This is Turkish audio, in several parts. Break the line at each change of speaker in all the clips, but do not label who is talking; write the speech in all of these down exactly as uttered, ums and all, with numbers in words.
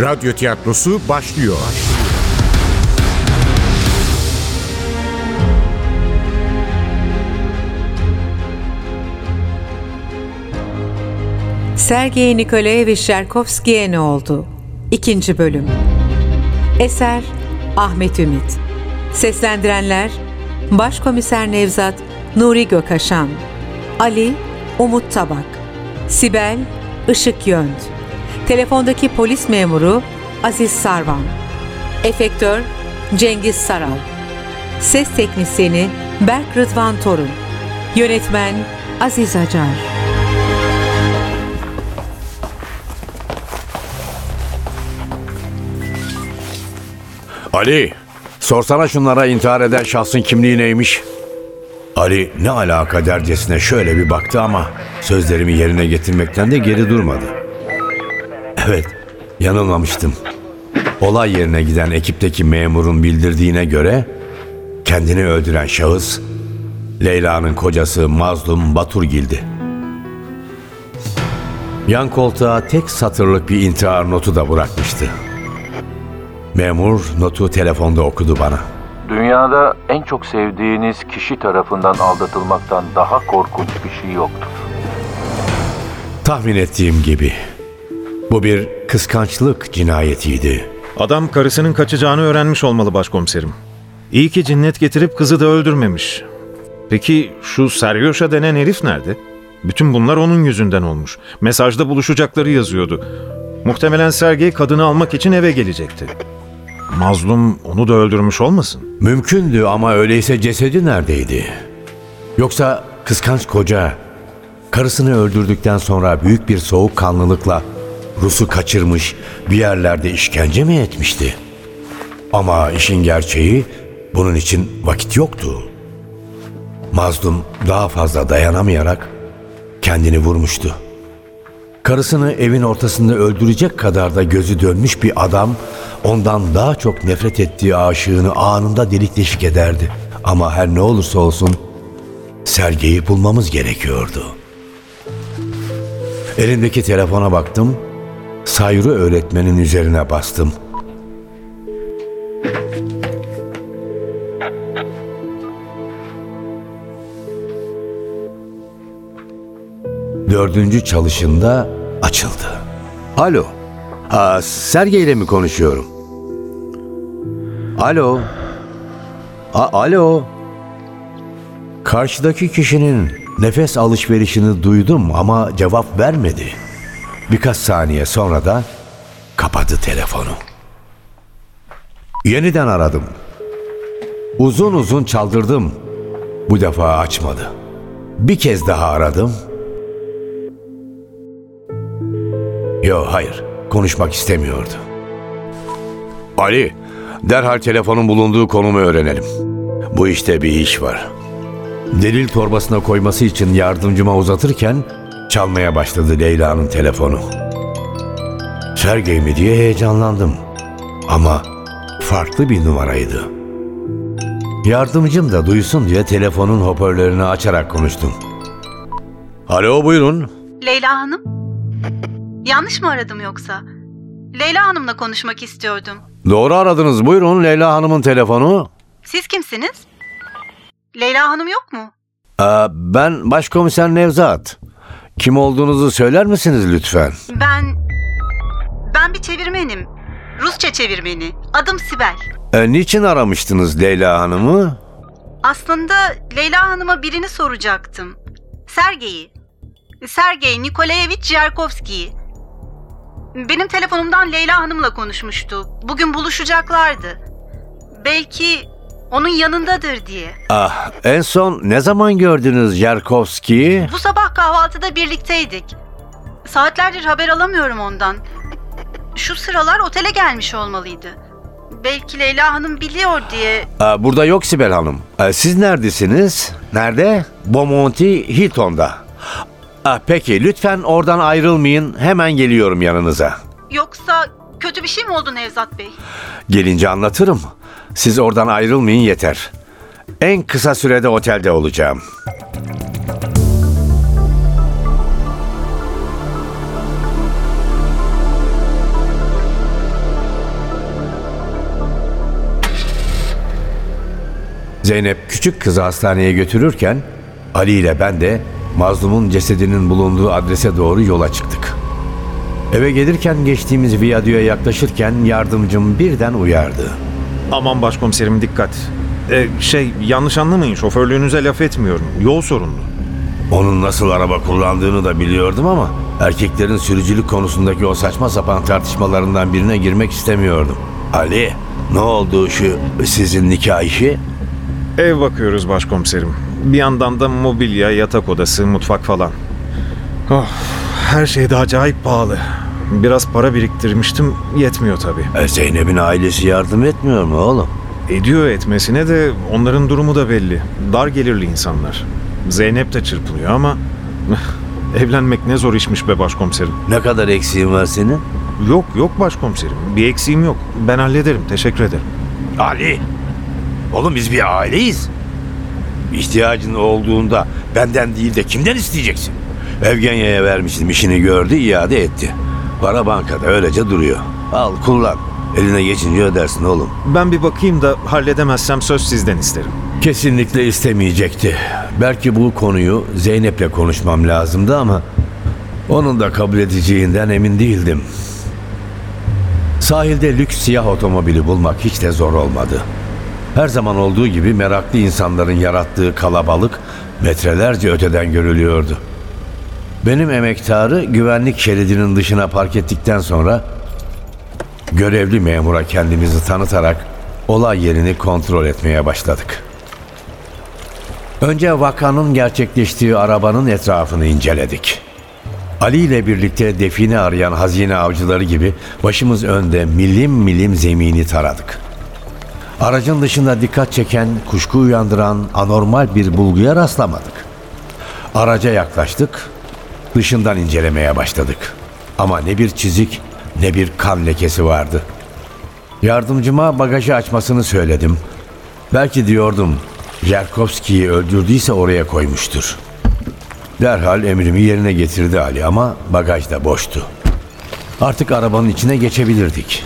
Radyo tiyatrosu başlıyor.
Sergey Nikolayevich Cherkovski'ye ne oldu? İkinci bölüm. Eser Ahmet Ümit. Seslendirenler Başkomiser Nevzat Nuri Gökaşan, Ali Umut Tabak, Sibel Işık Yönt, telefondaki polis memuru Aziz Sarvan, efektör Cengiz Saral, ses teknisyeni Berk Rıdvan Torun, yönetmen Aziz Acar.
Ali, sorsana şunlara intihar eden şahsın kimliği neymiş? Ali ne alaka dercesine şöyle bir baktı ama sözlerimi yerine getirmekten de geri durmadı. Evet, yanılmamıştım. Olay yerine giden ekipteki memurun bildirdiğine göre kendini öldüren şahıs Leyla'nın kocası Mazlum Baturgil'di. Yan koltuğa tek satırlık bir intihar notu da bırakmıştı. Memur notu telefonda okudu bana.
Dünyada en çok sevdiğiniz kişi tarafından aldatılmaktan daha korkunç bir şey yoktur.
Tahmin ettiğim gibi bu bir kıskançlık cinayetiydi.
Adam karısının kaçacağını öğrenmiş olmalı başkomiserim. İyi ki cinnet getirip kızı da öldürmemiş. Peki şu Seryoşa denen herif nerede? Bütün bunlar onun yüzünden olmuş. Mesajda buluşacakları yazıyordu. Muhtemelen Sergey kadını almak için eve gelecekti. Mazlum onu da öldürmüş olmasın?
Mümkündü ama öyleyse cesedi neredeydi? Yoksa kıskanç koca karısını öldürdükten sonra büyük bir soğukkanlılıkla Rus'u kaçırmış, bir yerlerde işkence mi etmişti? Ama işin gerçeği bunun için vakit yoktu. Mazlum daha fazla dayanamayarak kendini vurmuştu. Karısını evin ortasında öldürecek kadar da gözü dönmüş bir adam ondan daha çok nefret ettiği aşığını anında delik deşik ederdi. Ama her ne olursa olsun Sergey'i bulmamız gerekiyordu. Elimdeki telefona baktım, Sayru öğretmenin üzerine bastım. Dördüncü çalışında açıldı. Alo. Aa, Sergey ile mi konuşuyorum? Alo. A- Alo. Karşıdaki kişinin nefes alışverişini duydum ama cevap vermedi. Birkaç saniye sonra da kapadı telefonu. Yeniden aradım. Uzun uzun çaldırdım. Bu defa açmadı. Bir kez daha aradım. Yo, hayır. Konuşmak istemiyordu. Ali, derhal telefonun bulunduğu konumu öğrenelim. Bu işte bir iş var. Delil torbasına koyması için yardımcıma uzatırken çalmaya başladı Leyla'nın telefonu. Sergey mi diye heyecanlandım. Ama farklı bir numaraydı. Yardımcım da duysun diye telefonun hoparlörünü açarak konuştum. Alo, buyurun.
Leyla Hanım? Yanlış mı aradım yoksa? Leyla Hanım'la konuşmak istiyordum.
Doğru aradınız, buyurun. Leyla Hanım'ın telefonu.
Siz kimsiniz? Leyla Hanım yok mu?
Ee, ben Başkomiser Nevzat. Kim olduğunuzu söyler misiniz lütfen?
Ben... Ben bir çevirmenim. Rusça çevirmeni. Adım Sibel.
Ee, niçin aramıştınız Leyla Hanım'ı?
Aslında Leyla Hanım'a birini soracaktım. Sergey'i. Sergey Nikolayevich Cherkovski'yi. Benim telefonumdan Leyla Hanım'la konuşmuştu. Bugün buluşacaklardı. Belki onun yanındadır diye.
Ah, en son ne zaman gördünüz Cherkovski'yi?
Bu sabah kahvaltıda birlikteydik. Saatlerdir haber alamıyorum ondan. Şu sıralar otele gelmiş olmalıydı. Belki Leyla Hanım biliyor diye.
Aa, burada yok Sibel Hanım. Ee, siz neredesiniz? Nerede? Bomonti Hilton'da. Aa, peki lütfen oradan ayrılmayın. Hemen geliyorum yanınıza.
Yoksa kötü bir şey mi oldu Nevzat Bey?
Gelince anlatırım. Siz oradan ayrılmayın yeter. En kısa sürede otelde olacağım. Zeynep küçük kızı hastaneye götürürken Ali ile ben de mazlumun cesedinin bulunduğu adrese doğru yola çıktık. Eve gelirken geçtiğimiz viyadüğe yaklaşırken yardımcım birden uyardı.
Aman başkomiserim dikkat. Ee, şey yanlış anlamayın, şoförlüğünüze laf etmiyorum. Yol sorunlu.
Onun nasıl araba kullandığını da biliyordum ama erkeklerin sürücülük konusundaki o saçma sapan tartışmalarından birine girmek istemiyordum. Ali, ne oldu şu sizin nikah işi?
Ev bakıyoruz başkomiserim. Bir yandan da mobilya, yatak odası, mutfak falan. Oh, her şey de acayip pahalı. Biraz para biriktirmiştim, yetmiyor tabii.
E, Zeynep'in ailesi yardım etmiyor mu oğlum?
Ediyor etmesine de onların durumu da belli. Dar gelirli insanlar. Zeynep de çırpınıyor ama evlenmek ne zor işmiş be başkomiserim.
Ne kadar eksiğin var senin?
Yok yok başkomiserim, bir eksiğim yok. Ben hallederim, teşekkür ederim.
Ali, oğlum biz bir aileyiz. İhtiyacın olduğunda benden değil de kimden isteyeceksin? Evgenya'ya vermiştim, işini gördü, iade etti. Para bankada öylece duruyor. Al kullan. Eline geçince ödersin oğlum.
Ben bir bakayım da halledemezsem söz sizden isterim.
Kesinlikle istemeyecekti. Belki bu konuyu Zeynep'le konuşmam lazımdı ama onun da kabul edeceğinden emin değildim. Sahilde lüks siyah otomobili bulmak hiç de zor olmadı. Her zaman olduğu gibi meraklı insanların yarattığı kalabalık metrelerce öteden görülüyordu. Benim emektarı güvenlik şeridinin dışına park ettikten sonra görevli memura kendimizi tanıtarak olay yerini kontrol etmeye başladık. Önce vakanın gerçekleştiği arabanın etrafını inceledik. Ali ile birlikte define arayan hazine avcıları gibi başımız önde milim milim zemini taradık. Aracın dışında dikkat çeken, kuşku uyandıran anormal bir bulguya rastlamadık. Araca yaklaştık, dışından incelemeye başladık. Ama ne bir çizik ne bir kan lekesi vardı. Yardımcıma bagajı açmasını söyledim. Belki diyordum, Jerkovski'yi öldürdüyse oraya koymuştur. Derhal emrimi yerine getirdi Ali ama bagaj da boştu. Artık arabanın içine geçebilirdik.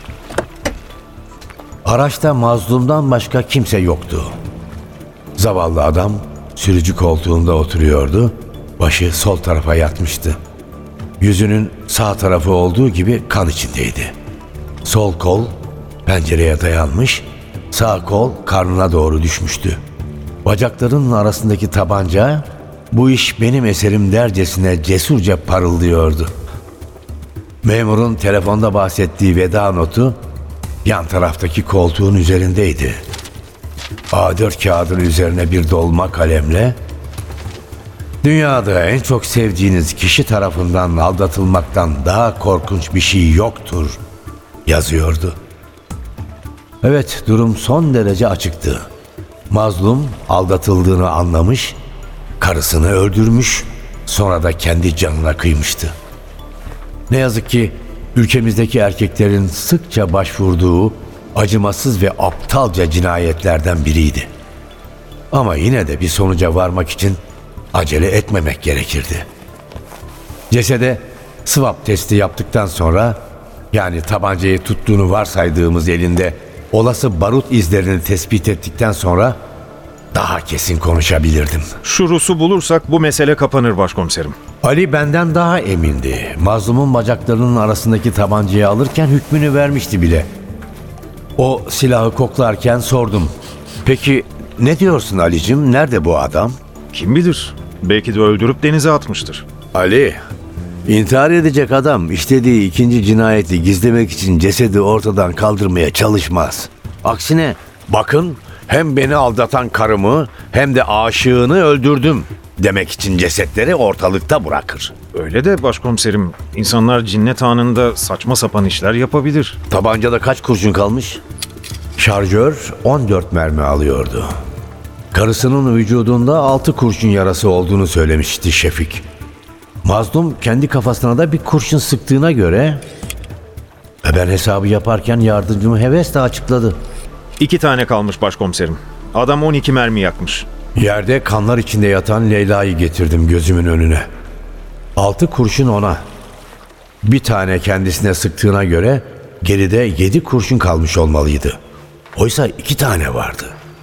Araçta mazlumdan başka kimse yoktu. Zavallı adam sürücü koltuğunda oturuyordu. Başı sol tarafa yatmıştı. Yüzünün sağ tarafı olduğu gibi kan içindeydi. Sol kol pencereye dayanmış, sağ kol karnına doğru düşmüştü. Bacaklarının arasındaki tabanca, bu iş benim eserim dercesine cesurca parıldıyordu. Memurun telefonda bahsettiği veda notu yan taraftaki koltuğun üzerindeydi. A dört kağıdın üzerine bir dolma kalemle "Dünyada en çok sevdiğiniz kişi tarafından aldatılmaktan daha korkunç bir şey yoktur" yazıyordu. Evet, durum son derece açıktı. Mazlum aldatıldığını anlamış, karısını öldürmüş, sonra da kendi canına kıymıştı. Ne yazık ki ülkemizdeki erkeklerin sıkça başvurduğu acımasız ve aptalca cinayetlerden biriydi. Ama yine de bir sonuca varmak için acele etmemek gerekirdi. Cesede swab testi yaptıktan sonra, yani tabancayı tuttuğunu varsaydığımız elinde olası barut izlerini tespit ettikten sonra daha kesin konuşabilirdim.
Şu Rus'u bulursak bu mesele kapanır başkomiserim.
Ali benden daha emindi. Mazlumun bacaklarının arasındaki tabancayı alırken hükmünü vermişti bile. O silahı koklarken sordum. "Peki ne diyorsun Ali'cim? Nerede bu adam?"
Kim bilir? Belki de öldürüp denize atmıştır.
Ali, intihar edecek adam işlediği ikinci cinayeti gizlemek için cesedi ortadan kaldırmaya çalışmaz. Aksine bakın, hem beni aldatan karımı hem de aşığını öldürdüm demek için cesetleri ortalıkta bırakır.
Öyle de başkomiserim, insanlar cinnet anında saçma sapan işler yapabilir.
Tabancada kaç kurşun kalmış? Şarjör on dört mermi alıyordu. Karısının vücudunda altı kurşun yarası olduğunu söylemişti Şefik. Mazlum kendi kafasına da bir kurşun sıktığına göre ben hesabı yaparken yardımcımı hevesle açıkladı.
İki tane kalmış başkomiserim. Adam on iki mermi yakmış.
Yerde kanlar içinde yatan Leyla'yı getirdim gözümün önüne. Altı kurşun ona. Bir tane kendisine sıktığına göre geride yedi kurşun kalmış olmalıydı. Oysa iki tane vardı.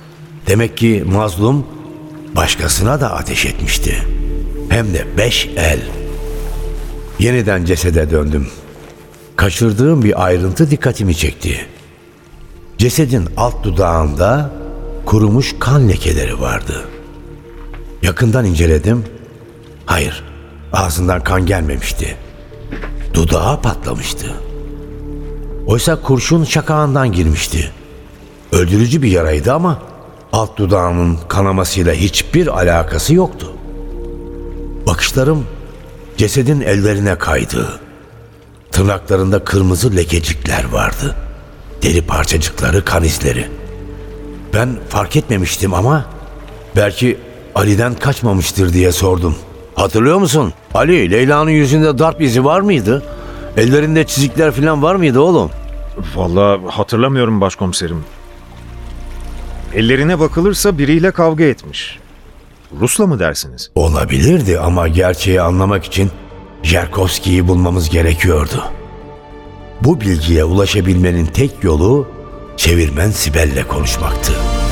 Demek ki mazlum başkasına da ateş etmişti. Hem de beş el. Yeniden cesede döndüm. Kaçırdığım bir ayrıntı dikkatimi çekti. Cesedin alt dudağında kurumuş kan lekeleri vardı. Yakından inceledim. Hayır, ağzından kan gelmemişti. Dudağı patlamıştı. Oysa kurşun şakağından girmişti. Öldürücü bir yaraydı ama alt dudağının kanamasıyla hiçbir alakası yoktu. Bakışlarım cesedin ellerine kaydı. Tırnaklarında kırmızı lekecikler vardı. Deri parçacıkları, kan izleri. Ben fark etmemiştim ama belki Ali'den kaçmamıştır diye sordum. Hatırlıyor musun? Ali, Leyla'nın yüzünde darp izi var mıydı? Ellerinde çizikler falan var mıydı oğlum?
Vallahi hatırlamıyorum başkomiserim. Ellerine bakılırsa biriyle kavga etmiş. Rus'la mı dersiniz?
Olabilirdi ama gerçeği anlamak için Jerkovski'yi bulmamız gerekiyordu. Bu bilgiye ulaşabilmenin tek yolu çevirmen Sibel'le konuşmaktı.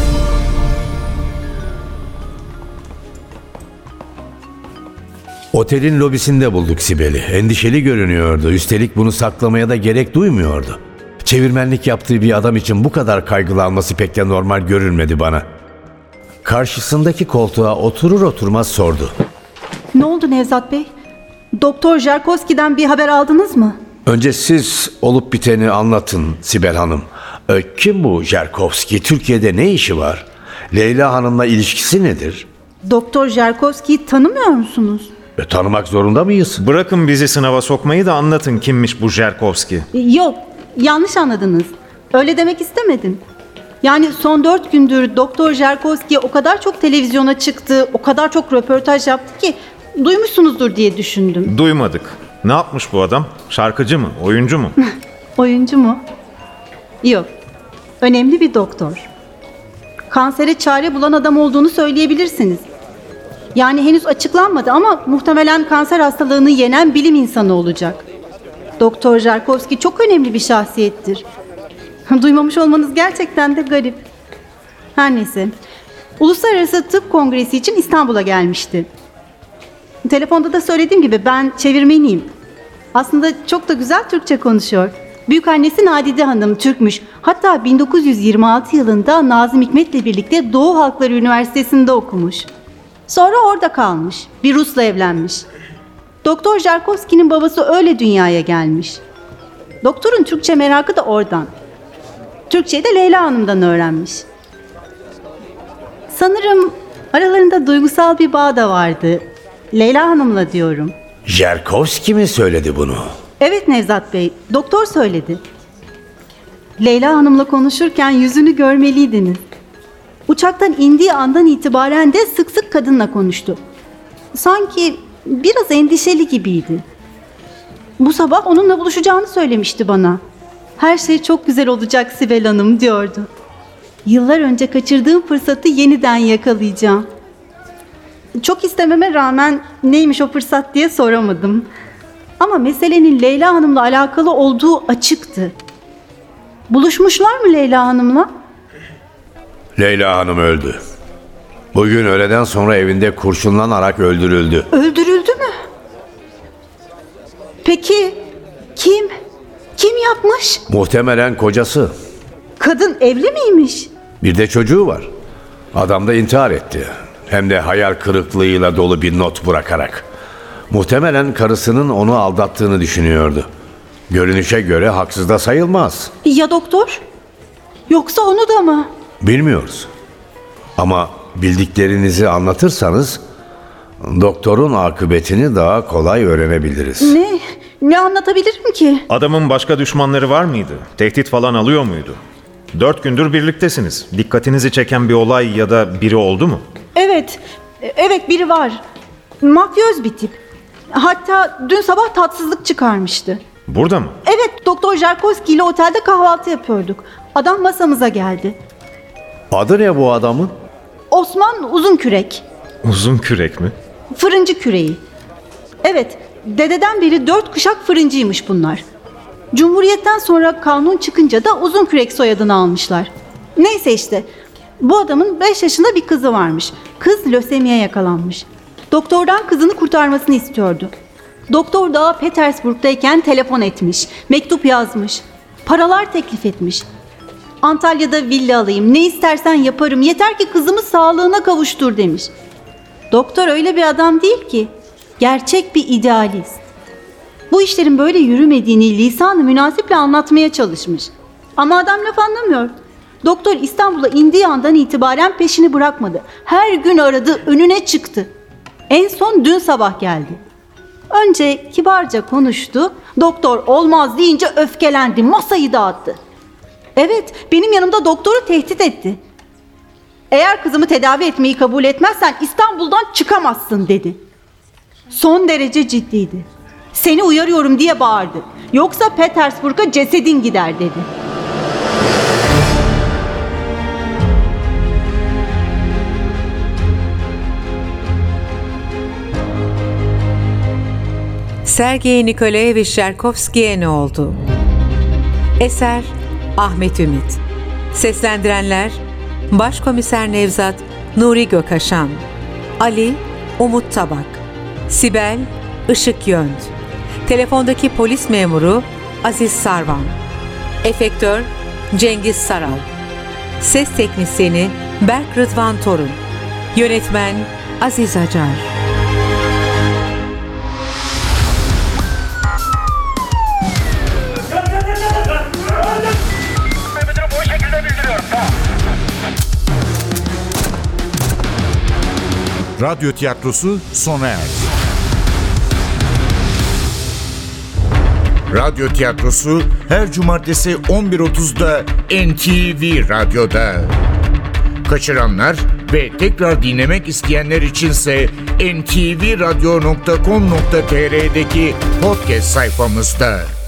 Otelin lobisinde bulduk Sibel'i. Endişeli görünüyordu. Üstelik bunu saklamaya da gerek duymuyordu. Çevirmenlik yaptığı bir adam için bu kadar kaygılanması pek de normal görünmedi bana. Karşısındaki koltuğa oturur oturmaz sordu.
Ne oldu Nevzat Bey? Doktor Jerkovski'den bir haber aldınız mı?
Önce siz olup biteni anlatın Sibel Hanım. Ee, kim bu Jerkovski? Türkiye'de ne işi var? Leyla Hanım'la ilişkisi nedir?
Doktor Jerkovski'yi tanımıyor musunuz?
E, tanımak zorunda mıyız?
Bırakın bizi sınava sokmayı da anlatın kimmiş bu Jerkovski.
Yok, yanlış anladınız. Öyle demek istemedim. Yani son dört gündür Doktor Jerkovski o kadar çok televizyona çıktı, o kadar çok röportaj yaptı ki duymuşsunuzdur diye düşündüm.
Duymadık. Ne yapmış bu adam? Şarkıcı mı? Oyuncu mu?
Oyuncu mu? Yok. Önemli bir doktor. Kansere çare bulan adam olduğunu söyleyebilirsiniz. Yani henüz açıklanmadı ama muhtemelen kanser hastalığını yenen bilim insanı olacak. Doktor Jerkovski çok önemli bir şahsiyettir. Duymamış olmanız gerçekten de garip. Her neyse. Uluslararası Tıp Kongresi için İstanbul'a gelmişti. Telefonda da söylediğim gibi ben çevirmeniyim. Aslında çok da güzel Türkçe konuşuyor. Büyükannesi Nadide Hanım Türkmüş. Hatta bin dokuz yüz yirmi altı yılında Nazım Hikmet'le birlikte Doğu Halkları Üniversitesi'nde okumuş. Sonra orada kalmış. Bir Rus'la evlenmiş. Doktor Jerkovski'nin babası öyle dünyaya gelmiş. Doktorun Türkçe merakı da oradan. Türkçeyi de Leyla Hanım'dan öğrenmiş. Sanırım aralarında duygusal bir bağ da vardı. Leyla Hanım'la diyorum.
Jerkovski mi söyledi bunu?
Evet Nevzat Bey, doktor söyledi. Leyla Hanım'la konuşurken yüzünü görmeliydiniz. Uçaktan indiği andan itibaren de sık sık kadınla konuştu. Sanki biraz endişeli gibiydi. Bu sabah onunla buluşacağını söylemişti bana. Her şey çok güzel olacak Sibel Hanım diyordu. Yıllar önce kaçırdığım fırsatı yeniden yakalayacağım. Çok istememe rağmen neymiş o fırsat diye soramadım. Ama meselenin Leyla Hanım'la alakalı olduğu açıktı. Buluşmuşlar mı Leyla Hanım'la?
Leyla Hanım öldü. Bugün öğleden sonra evinde kurşunlanarak öldürüldü.
Öldürüldü mü? Peki kim? Kim yapmış?
Muhtemelen kocası.
Kadın evli miymiş?
Bir de çocuğu var. Adam da intihar etti. Hem de hayal kırıklığıyla dolu bir not bırakarak. Muhtemelen karısının onu aldattığını düşünüyordu. Görünüşe göre haksız da sayılmaz.
Ya doktor? Yoksa onu da mı?
Bilmiyoruz. Ama bildiklerinizi anlatırsanız doktorun akıbetini daha kolay öğrenebiliriz.
Ne? Ne anlatabilirim ki?
Adamın başka düşmanları var mıydı? Tehdit falan alıyor muydu? Dört gündür birliktesiniz. Dikkatinizi çeken bir olay ya da biri oldu mu?
Evet, evet biri var. Mafyöz bir tip. Hatta dün sabah tatsızlık çıkarmıştı.
Burada mı?
Evet, Doktor Jerkovski ile otelde kahvaltı yapıyorduk. Adam masamıza geldi.
Adı ne bu adamın?
Osman Uzunkürek.
Uzun kürek mi?
Fırıncı küreği. Evet, dededen beri dört kuşak fırıncıymış bunlar. Cumhuriyetten sonra kanun çıkınca da Uzunkürek soyadını almışlar. Neyse işte, Bu adamın beş yaşında bir kızı varmış. Kız lösemiye yakalanmış. Doktordan kızını kurtarmasını istiyordu. Doktor daha Petersburg'dayken telefon etmiş, mektup yazmış, paralar teklif etmiş. Antalya'da villa alayım, ne istersen yaparım, yeter ki kızımı sağlığına kavuştur demiş. Doktor öyle bir adam değil ki, gerçek bir idealist. Bu işlerin böyle yürümediğini lisan-ı münasiple anlatmaya çalışmış. Ama adam laf anlamıyor. Doktor İstanbul'a indiği andan itibaren peşini bırakmadı. Her gün aradı, önüne çıktı. En son dün sabah geldi. Önce kibarca konuştu, doktor olmaz deyince öfkelendi, masayı dağıttı. Evet, benim yanımda doktoru tehdit etti. Eğer kızımı tedavi etmeyi kabul etmezsen İstanbul'dan çıkamazsın dedi. Son derece ciddiydi. Seni uyarıyorum diye bağırdı. Yoksa Petersburg'a cesedin gider dedi.
Sergey Nikolaevich Cherkovski'ye ne oldu? Eser Ahmet Ümit. Seslendirenler Başkomiser Nevzat Nuri Gökaşan, Ali Umut Tabak, Sibel Işık Yönt, telefondaki polis memuru Aziz Sarvan, efektör Cengiz Saral, ses teknisyeni Berk Rıdvan Torun, yönetmen Aziz Acar.
Radyo tiyatrosu sona erdi. Radyo tiyatrosu her cumartesi on bir otuzda N T V Radyo'da. Kaçıranlar ve tekrar dinlemek isteyenler içinse en ti vi radyo nokta com nokta tr''deki podcast sayfamızda.